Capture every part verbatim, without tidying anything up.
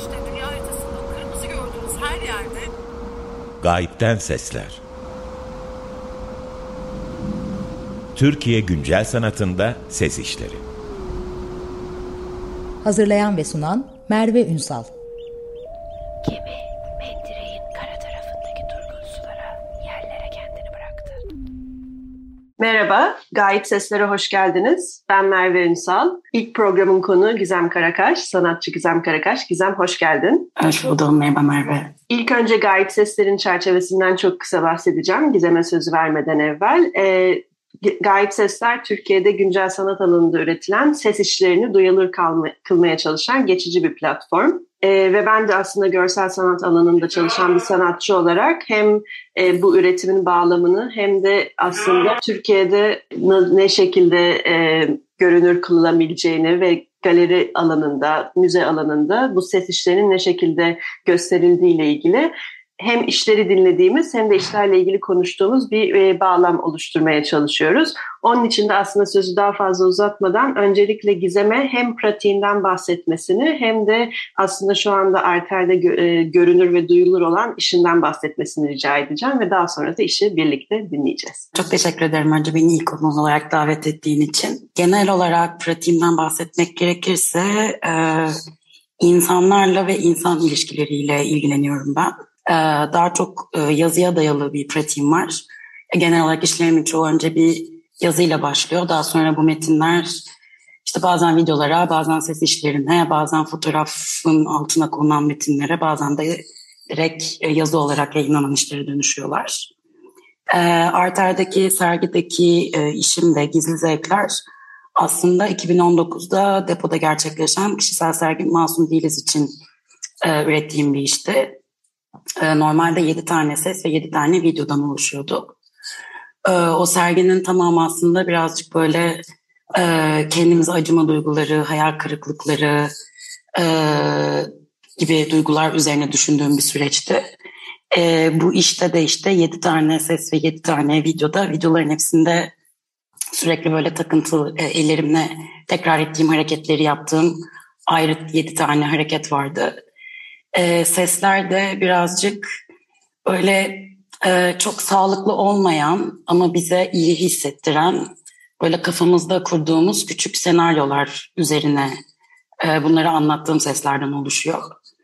işte dünya haritasında kırmızı gördüğünüz her yerde Gayipten Sesler. Türkiye güncel sanatında ses işleri. Hazırlayan ve sunan Merve Ünsal. Gemi mendireğin kara tarafındaki durgun sulara, yerlere kendini bıraktı. Merhaba, Gayip Seslere hoş geldiniz. Ben Merve Ünsal. İlk programın konuğu Gizem Karakaş, sanatçı Gizem Karakaş. Gizem hoş geldin. Hoş buldum, merhaba Merve. İlk önce Gayip Sesler'in çerçevesinden çok kısa bahsedeceğim. Gizem'e sözü vermeden evvel. Ee, Gayip Sesler, Türkiye'de güncel sanat alanında üretilen ses işlerini duyulur kalma, kılmaya çalışan geçici bir platform. Ee, ve ben de aslında görsel sanat alanında çalışan bir sanatçı olarak hem e, bu üretimin bağlamını hem de aslında Türkiye'de ne, ne şekilde e, görünür kılınabileceğini ve galeri alanında, müze alanında bu ses işlerinin ne şekilde gösterildiğiyle ilgili hem işleri dinlediğimiz hem de işlerle ilgili konuştuğumuz bir e, bağlam oluşturmaya çalışıyoruz. Onun için de aslında sözü daha fazla uzatmadan öncelikle Gizem'e hem pratiğinden bahsetmesini hem de aslında şu anda Arter'de gö- e, görünür ve duyulur olan işinden bahsetmesini rica edeceğim ve daha sonra da işi birlikte dinleyeceğiz. Çok teşekkür ederim önce beni ilk konuk olarak davet ettiğin için. Genel olarak pratiğimden bahsetmek gerekirse e, insanlarla ve insan ilişkileriyle ilgileniyorum ben. Daha çok yazıya dayalı bir pratiğim var. Genel olarak işlerimin çoğu önce bir yazıyla başlıyor. Daha sonra bu metinler işte bazen videolara, bazen ses işlerine, bazen fotoğrafın altına konulan metinlere, bazen de direkt yazı olarak yayınlanan işlere dönüşüyorlar. Arter'deki sergideki işim de Gizli Zevkler aslında iki bin on dokuzda depoda gerçekleşen kişisel sergi Masum Değiliz için ürettiğim bir işti. Normalde yedi tane ses ve yedi tane videodan oluşuyordu. O serginin tamamı aslında birazcık böyle kendimize acıma duyguları, hayal kırıklıkları gibi duygular üzerine düşündüğüm bir süreçti. Bu işte de işte yedi tane ses ve yedi tane videoda, videoların hepsinde sürekli böyle takıntılı ellerimle tekrar ettiğim hareketleri yaptığım ayrı yedi tane hareket vardı. E, sesler de birazcık öyle e, çok sağlıklı olmayan ama bize iyi hissettiren böyle kafamızda kurduğumuz küçük senaryolar üzerine e, bunları anlattığım seslerden oluşuyor.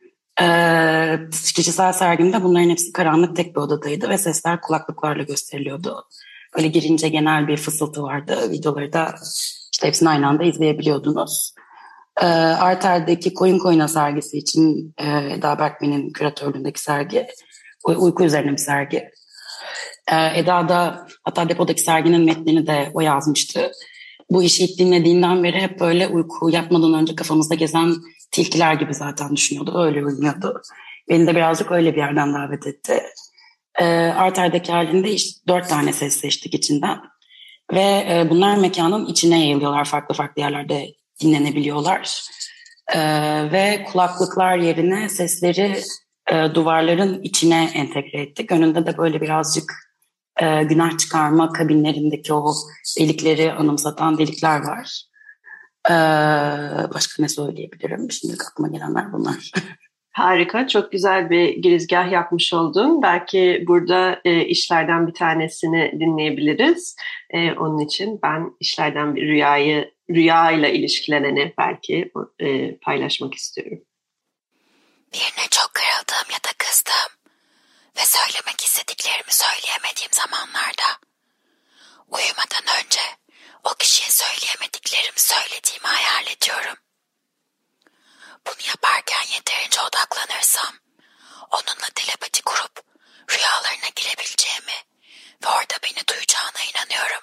E, kişisel sergimde bunların hepsi karanlık tek bir odadaydı ve sesler kulaklıklarla gösteriliyordu. Böyle girince genel bir fısıltı vardı. Videoları da işte hepsini aynı anda izleyebiliyordunuz. E, Arter'deki Koyun Koyuna sergisi için e, Eda Berkmen'in küratörlüğündeki sergi, uyku üzerine bir sergi. E, Eda da hatta depodaki serginin metnini de o yazmıştı. Bu işi ilk dinlediğinden beri hep böyle uyku yapmadan önce kafamızda gezen tilkiler gibi zaten düşünüyordu, öyle uyumuyordu. Beni de birazcık öyle bir yerden davet etti. E, Arter'deki halinde işte dört tane ses seçtik içinden. Ve e, bunlar mekanın içine yayılıyorlar, farklı farklı yerlerde dinlenebiliyorlar. Ee, ve kulaklıklar yerine sesleri e, duvarların içine entegre ettik. Önünde de böyle birazcık e, günah çıkarma kabinlerindeki o delikleri anımsatan delikler var. Ee, başka ne söyleyebilirim? Şimdi aklıma gelenler bunlar. Harika, çok güzel bir girizgah yapmış oldun. Belki burada e, işlerden bir tanesini dinleyebiliriz. E, onun için ben işlerden bir rüyayı, rüyayla ilişkileneni belki e, paylaşmak istiyorum. Birine çok kırıldığım ya da kızdığım ve söylemek istediklerimi söyleyemediğim zamanlarda uyumadan önce o kişiye söyleyemediklerimi söylediğimi hayal ediyorum. Bunu yaparken yeterince odaklanırsam onunla telepati kurup rüyalarına girebileceğimi ve orada beni duyacağına inanıyorum.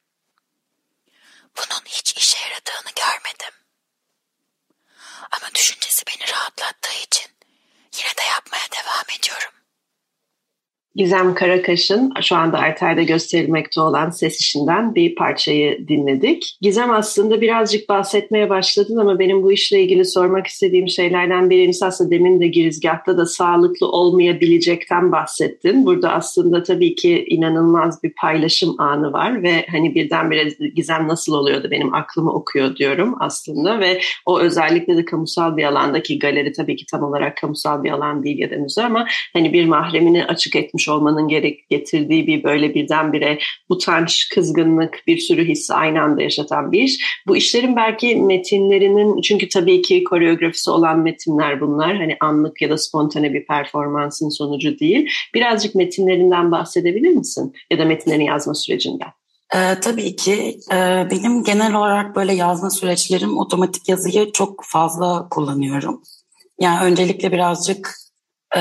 Bunun hiç işe yaradığını görmedim. Ama düşüncesi beni rahatlattığı için yine de yapmaya devam ediyorum. Gizem Karakaş'ın şu anda Arter'de gösterilmekte olan Ses İşinden bir parçayı dinledik. Gizem, aslında birazcık bahsetmeye başladın ama benim bu işle ilgili sormak istediğim şeylerden birincisi, aslında demin de girizgahta da sağlıklı olmayabilecekten bahsettin. Burada aslında tabii ki inanılmaz bir paylaşım anı var ve hani birdenbire Gizem nasıl oluyordu, benim aklımı okuyor diyorum aslında ve o özellikle de kamusal bir alandaki galeri, tabii ki tam olarak kamusal bir alan değil ya da müze ama hani bir mahremini açık etmiş olmanın gerek getirdiği bir böyle birdenbire utanç, kızgınlık, bir sürü hissi aynı anda yaşatan bir iş. Bu işlerin belki metinlerinin, çünkü tabii ki koreografisi olan metinler bunlar. Hani anlık ya da spontane bir performansın sonucu değil. Birazcık metinlerinden bahsedebilir misin? Ya da metinlerini yazma sürecinden. Ee, tabii ki. Ee, benim genel olarak böyle yazma süreçlerim, otomatik yazıyı çok fazla kullanıyorum. Yani öncelikle birazcık Ee,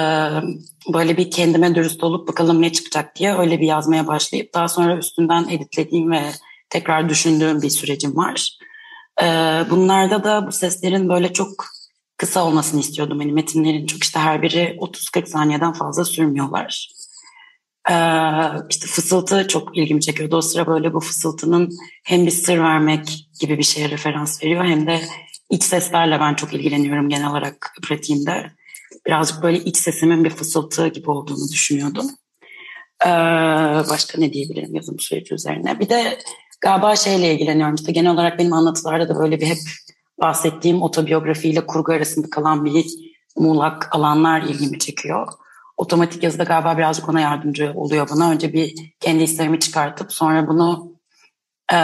böyle bir kendime dürüst olup bakalım ne çıkacak diye öyle bir yazmaya başlayıp daha sonra üstünden editlediğim ve tekrar düşündüğüm bir sürecim var. Ee, bunlarda da bu seslerin böyle çok kısa olmasını istiyordum. Yani metinlerin çok işte her biri otuz kırk saniyeden fazla sürmüyorlar. Ee, işte fısıltı çok ilgimi çekiyordu. O sıra böyle bu fısıltının hem bir sır vermek gibi bir şeye referans veriyor hem de iç seslerle ben çok ilgileniyorum genel olarak pratiğimde. Birazcık böyle iç sesimin bir fısıltı gibi olduğunu düşünüyordum. Ee, başka ne diyebilirim yazım süreci üzerine? Bir de galiba şeyle ilgileniyorum. İşte genel olarak benim anlatılarda da böyle bir hep bahsettiğim otobiyografiyle kurgu arasında kalan bir muğlak alanlar ilgimi çekiyor. Otomatik yazıda galiba birazcık ona yardımcı oluyor bana. Önce bir kendi hislerimi çıkartıp sonra bunu e,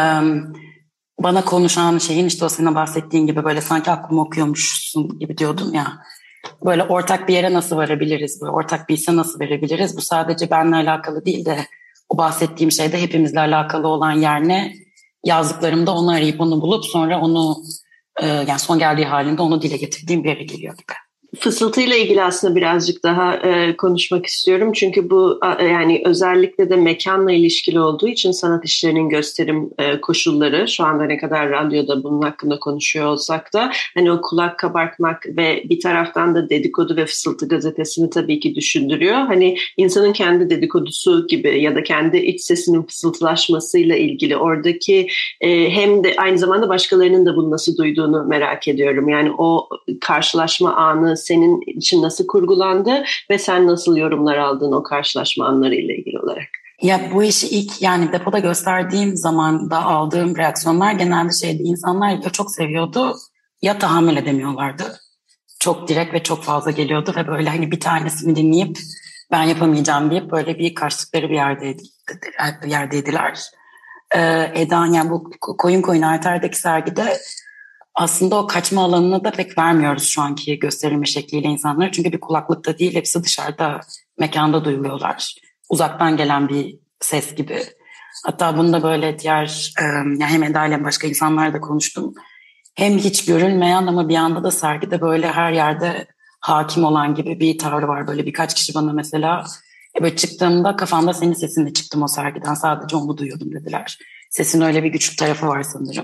bana konuşan şeyin işte o senin bahsettiğin gibi böyle sanki aklımı okuyormuşsun gibi diyordum ya. Böyle ortak bir yere nasıl varabiliriz? Böyle ortak bir hisse nasıl verebiliriz? Bu sadece benimle alakalı değil de o bahsettiğim şeyde hepimizle alakalı olan yer ne? Yazdıklarımda onu arayıp onu bulup sonra onu e, yani son geldiği halinde onu dile getirdiğim bir yere geliyor gibi. Fısıltıyla ilgili aslında birazcık daha e, konuşmak istiyorum. Çünkü bu a, yani özellikle de mekanla ilişkili olduğu için sanat işlerinin gösterim e, koşulları, şu anda ne kadar radyoda bunun hakkında konuşuyor olsak da hani o kulak kabartmak ve bir taraftan da Dedikodu ve Fısıltı gazetesini tabii ki düşündürüyor. Hani insanın kendi dedikodusu gibi ya da kendi iç sesinin fısıltılaşmasıyla ilgili oradaki e, hem de aynı zamanda başkalarının da bunu nasıl duyduğunu merak ediyorum. Yani o karşılaşma anı senin için nasıl kurgulandı ve sen nasıl yorumlar aldın o karşılaşma anlarıyla ilgili olarak? Ya bu işi ilk yani depoda gösterdiğim zaman da aldığım reaksiyonlar genelde şeydi, insanlar ya çok seviyordu ya tahammül edemiyorlardı. Çok direkt ve çok fazla geliyordu ve böyle hani bir tanesini dinleyip ben yapamayacağım deyip böyle bir kaçtıkları bir yerdeydi, bir yerdeydiler. Ee, Eda yani bu Koyun Koyun Arter'deki sergide aslında o kaçma alanını da pek vermiyoruz şu anki gösterilme şekliyle insanlara. Çünkü bir kulaklıkta değil, hepsi dışarıda, mekanda duyuluyorlar. Uzaktan gelen bir ses gibi. Hatta bunu da böyle diğer, yani hem Eda ile başka insanlarla da konuştum. Hem hiç görünmeyen ama bir anda da sergide böyle her yerde hakim olan gibi bir tavrı var. Böyle birkaç kişi bana mesela böyle çıktığımda kafamda senin sesinle çıktım o sergiden. Sadece onu duyuyordum dediler. Sesin öyle bir güçlü tarafı var sanırım.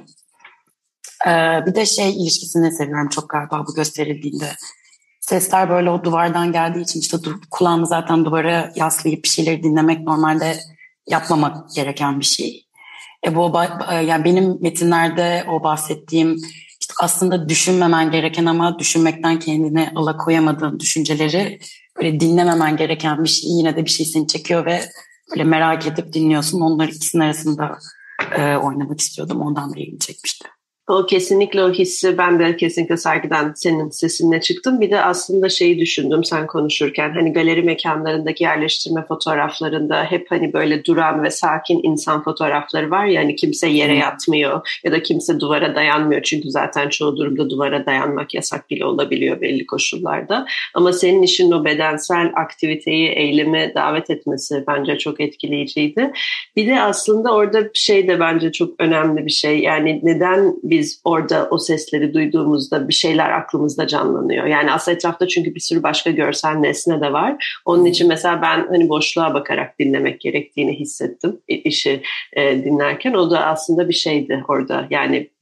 Ee, bir de şey ilişkisini seviyorum çok galiba bu gösterildiğinde. Sesler böyle o duvardan geldiği için işte kulağını zaten duvara yaslayıp bir şeyleri dinlemek normalde yapmamak gereken bir şey. E bu yani benim metinlerde o bahsettiğim işte aslında düşünmemen gereken ama düşünmekten kendini alakoyamadığın düşünceleri böyle dinlememen gereken bir şey, yine de bir şey seni çekiyor ve böyle merak edip dinliyorsun. Onlar ikisinin arasında e, oynamak istiyordum. Ondan da ilgimi çekmişti. O kesinlikle o hissi ben de kesinlikle sergiden senin sesinle çıktım. Bir de aslında şeyi düşündüm sen konuşurken, hani galeri mekanlarındaki yerleştirme fotoğraflarında hep hani böyle duran ve sakin insan fotoğrafları var ya, hani kimse yere yatmıyor ya da kimse duvara dayanmıyor. Çünkü zaten çoğu durumda duvara dayanmak yasak bile olabiliyor belli koşullarda. Ama senin işin o bedensel aktiviteyi, eyleme davet etmesi bence çok etkileyiciydi. Bir de aslında orada şey de bence çok önemli bir şey. Yani neden biz orada o sesleri duyduğumuzda bir şeyler aklımızda canlanıyor. Yani aslında etrafta çünkü bir sürü başka görsel nesne de var. Onun için mesela ben hani boşluğa bakarak dinlemek gerektiğini hissettim işi e, dinlerken. O da aslında bir şeydi orada. Yani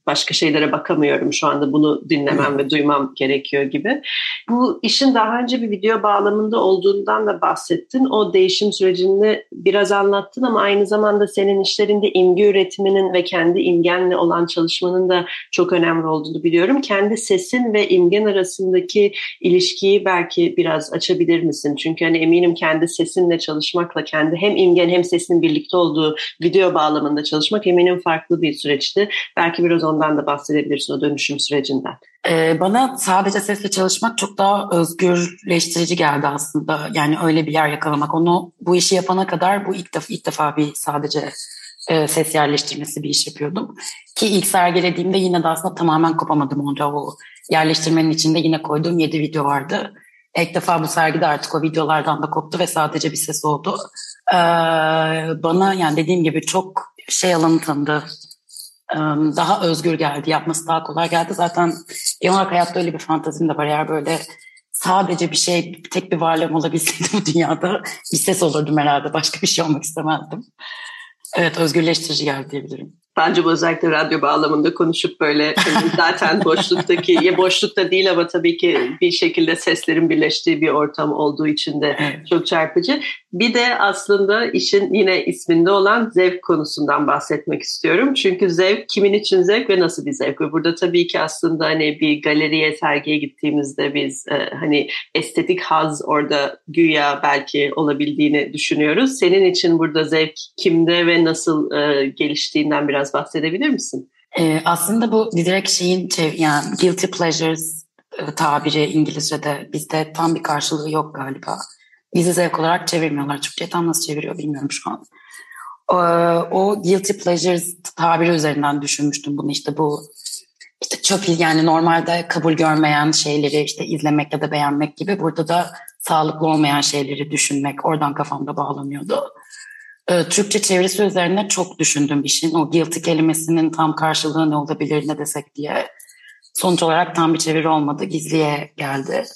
başka şeylere bakamıyorum şu anda, bunu dinlemem ve duymam gerekiyor gibi. Bu işin daha önce bir video bağlamında olduğundan da bahsettin. O değişim sürecini biraz anlattın ama aynı zamanda senin işlerinde imge üretiminin ve kendi imgenle olan çalışmanın da çok önemli olduğunu biliyorum. Kendi sesin ve imgen arasındaki ilişkiyi belki biraz açabilir misin? Çünkü hani eminim kendi sesinle çalışmakla kendi hem imgen hem sesin birlikte olduğu video bağlamında çalışmak eminim farklı bir süreçti. Belki biraz ondan da bahsedebilirsin, o dönüşüm sürecinden. Ee, bana sadece sesle çalışmak çok daha özgürleştirici geldi aslında. Yani öyle bir yer yakalamak. Onu bu işi yapana kadar bu ilk defa ilk defa bir sadece e, ses yerleştirmesi bir iş yapıyordum. Ki ilk sergilediğimde yine de aslında tamamen kopamadım orada. O yerleştirmenin içinde yine koyduğum yedi video vardı. İlk defa bu sergide artık o videolardan da koptu ve sadece bir ses oldu. Ee, bana yani dediğim gibi çok şey alanı tanıdı. Daha özgür geldi, yapması daha kolay geldi. Zaten genel olarak hayatta öyle bir fantazim de var. Eğer böyle sadece bir şey, tek bir varlığım olabilseydi bu dünyada bir ses olurdum herhalde. Başka bir şey olmak istemezdim. Evet, özgürleştirici geldi diyebilirim. Bence bu özellikle radyo bağlamında konuşup böyle zaten boşluktaki, ya boşlukta değil ama tabii ki bir şekilde seslerin birleştiği bir ortam olduğu için de Evet. çok çarpıcı. Bir de aslında işin yine isminde olan zevk konusundan bahsetmek istiyorum. Çünkü zevk, kimin için zevk ve nasıl bir zevk? Ve burada tabii ki aslında hani bir galeriye, sergiye gittiğimizde biz e, hani estetik haz orada güya belki olabildiğini düşünüyoruz. Senin için burada zevk kimde ve nasıl e, geliştiğinden biraz bahsedebilir misin? Ee, aslında bu direkt şeyin yani guilty pleasures e, tabiri İngilizce'de bizde tam bir karşılığı yok galiba. Bizi zevk olarak çevirmiyorlar. Türkçe'ye tam nasıl çeviriyor bilmiyorum şu an. O, o guilty pleasures tabiri üzerinden düşünmüştüm bunu, işte bu işte çöp, yani normalde kabul görmeyen şeyleri işte izlemek ya da beğenmek gibi, burada da sağlıklı olmayan şeyleri düşünmek, oradan kafamda bağlanıyordu. Türkçe çevirisi üzerine çok düşündüm işin. O guilty kelimesinin tam karşılığı ne olabilir, ne desek diye. Sonuç olarak tam bir çeviri olmadı. Gizliye geldi.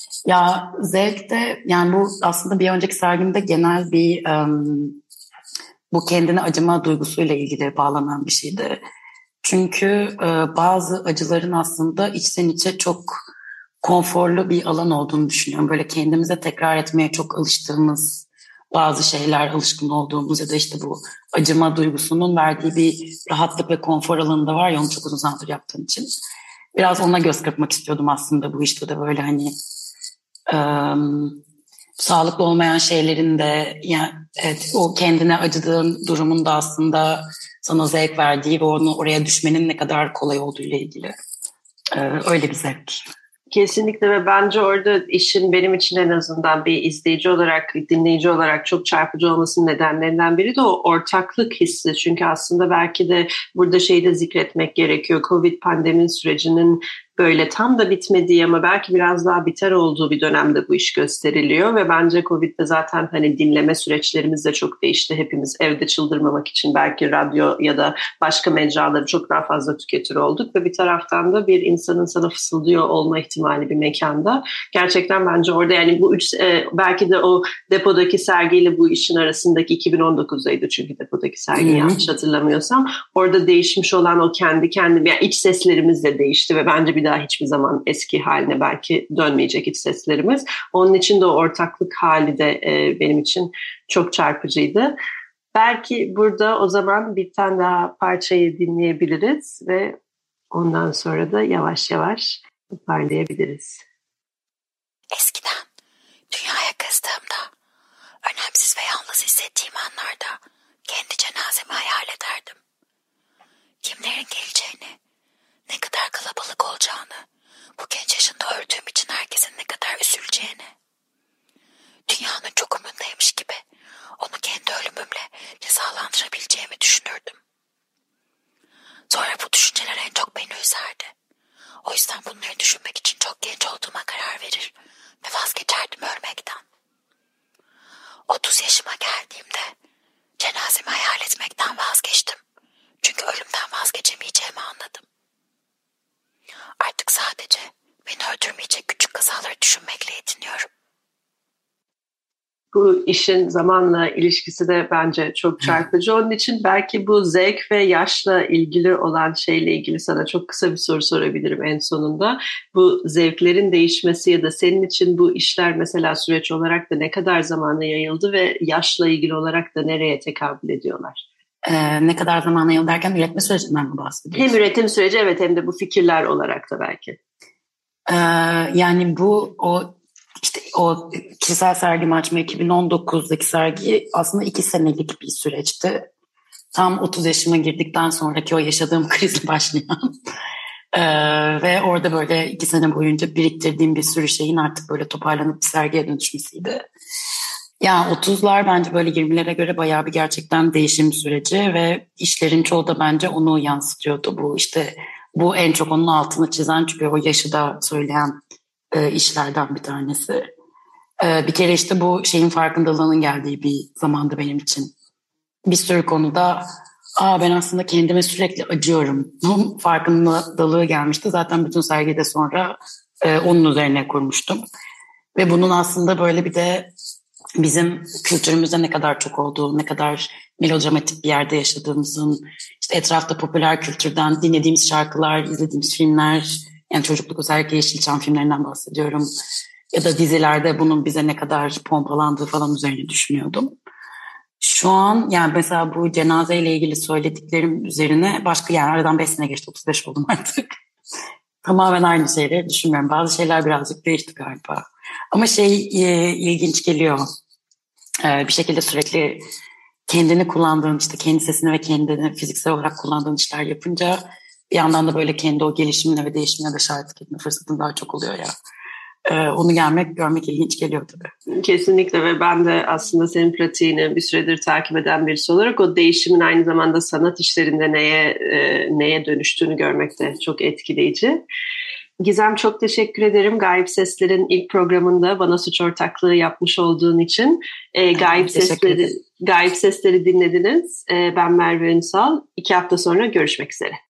Ya zevk de yani bu aslında bir önceki sergimde genel bir um, bu kendine acıma duygusuyla ilgili bağlanan bir şeydi. Çünkü uh, bazı acıların aslında içten içe çok konforlu bir alan olduğunu düşünüyorum. Böyle kendimize tekrar etmeye çok alıştığımız bazı şeyler, alışkın olduğumuz ya da işte bu acıma duygusunun verdiği bir rahatlık ve konfor alanında var ya, onu çok uzun zamandır yaptığım için. Biraz ona göz kırpmak istiyordum aslında bu işte de, böyle hani ıı, sağlıklı olmayan şeylerin de yani evet, o kendine acıdığın durumun da aslında sana zevk verdiği ve onu oraya düşmenin ne kadar kolay olduğu ile ilgili ee, öyle bir zevk. Kesinlikle ve bence orada işin benim için en azından bir izleyici olarak, dinleyici olarak çok çarpıcı olmasının nedenlerinden biri de o ortaklık hissi. Çünkü aslında belki de burada şeyi de zikretmek gerekiyor. Covid pandemi sürecinin böyle tam da bitmediği ama belki biraz daha biter olduğu bir dönemde bu iş gösteriliyor ve bence Covid'de zaten hani dinleme süreçlerimiz de çok değişti. Hepimiz evde çıldırmamak için belki radyo ya da başka mecraları çok daha fazla tüketir olduk ve bir taraftan da bir insanın sana fısıldıyor olma ihtimali bir mekanda. Gerçekten bence orada yani bu üç e, belki de o depodaki sergiyle bu işin arasındaki iki bin on dokuzdaydı çünkü depodaki sergi hmm. yanlış hatırlamıyorsam. Orada değişmiş olan o kendi kendime yani iç seslerimiz de değişti ve bence bir daha hiçbir zaman eski haline belki dönmeyecek iç seslerimiz. Onun için de o ortaklık hali de e, benim için çok çarpıcıydı. Belki burada o zaman bir tane daha parçayı dinleyebiliriz ve ondan sonra da yavaş yavaş toparlayabiliriz. Eskiden dünyaya kızdığımda, önemsiz ve yalnız hissettiğim anlarda kendi cenazemi hayal ederdim. Kimlerin geleceğini, ne kadar kalabalık olacağını, bu genç yaşında öldüğüm için herkesin ne kadar üzüleceğini. Dünyanın çok umundaymış gibi onu kendi ölümümle cezalandırabileceğimi düşünürdüm. Sonra bu düşünceler en çok beni üzerdi. O yüzden bunları düşünmek için çok genç olduğuma karar verir ve vazgeçerdim ölmekten. otuz yaşıma geldiğimde cenazemi hayal etmekten vazgeçtim. Çünkü ölümden vazgeçemeyeceğimi anladım. Artık sadece beni öldürmeyecek küçük kazaları düşünmekle yetiniyorum. Bu işin zamanla ilişkisi de bence çok çarpıcı. Onun için belki bu zevk ve yaşla ilgili olan şeyle ilgili sana çok kısa bir soru sorabilirim en sonunda. Bu zevklerin değişmesi ya da senin için bu işler mesela süreç olarak da ne kadar zamana yayıldı ve yaşla ilgili olarak da nereye tekabül ediyorlar? Ee, ne kadar zamana yayıldı derken üretme sürecinden mi bahsediyorsun? Hem üretim süreci evet hem de bu fikirler olarak da belki. Ee, yani bu o işte o kişisel sergimi açma iki bin on dokuzdaki sergi aslında iki senelik bir süreçti. Tam otuz yaşıma girdikten sonraki o yaşadığım krizle başlayan ee, ve orada böyle iki sene boyunca biriktirdiğim bir sürü şeyin artık böyle toparlanıp bir sergiye dönüşmesiydi. Yani otuzlar bence böyle yirmilere göre bayağı bir gerçekten değişim süreci ve işlerin çoğu da bence onu yansıtıyordu. Bu işte bu en çok onun altını çizen çünkü o yaşı da söyleyen e, işlerden bir tanesi. E, bir kere işte bu şeyin farkındalığının geldiği bir zamandı benim için. Bir sürü konuda Aa, ben aslında kendime sürekli acıyorum. Bunun farkındalığı gelmişti. Zaten bütün sergide sonra e, onun üzerine kurmuştum. Ve bunun aslında böyle bir de bizim kültürümüzde ne kadar çok olduğu, ne kadar melodramatik bir yerde yaşadığımızın, işte etrafta popüler kültürden dinlediğimiz şarkılar, izlediğimiz filmler, yani çocukluk özellikle Yeşilçam filmlerinden bahsediyorum. Ya da dizilerde bunun bize ne kadar pompalandığı falan üzerine düşünüyordum. Şu an yani mesela bu cenazeyle ilgili söylediklerim üzerine başka yani aradan beş sene geçti, otuz beş oldum artık. Tamamen aynı şeyleri düşünmüyorum. Bazı şeyler birazcık değişti galiba. Ama şey e, ilginç geliyor. E, bir şekilde sürekli kendini kullandığın, işte kendi sesini ve kendini fiziksel olarak kullandığın işler yapınca bir yandan da böyle kendi o gelişimine ve değişimine de şahitlik etme fırsatın daha çok oluyor ya. E, onu gelmek, görmek ilginç geliyor tabii. Kesinlikle ve ben de aslında senin pratiğini bir süredir takip eden birisi olarak o değişimin aynı zamanda sanat işlerinde neye e, neye dönüştüğünü görmek de çok etkileyici. Gizem çok teşekkür ederim. Gayip Sesler'in ilk programında bana suç ortaklığı yapmış olduğun için. E, Gayip Sesleri, Gayip Sesleri dinlediniz. E, ben Merve Ünsal. İki hafta sonra görüşmek üzere.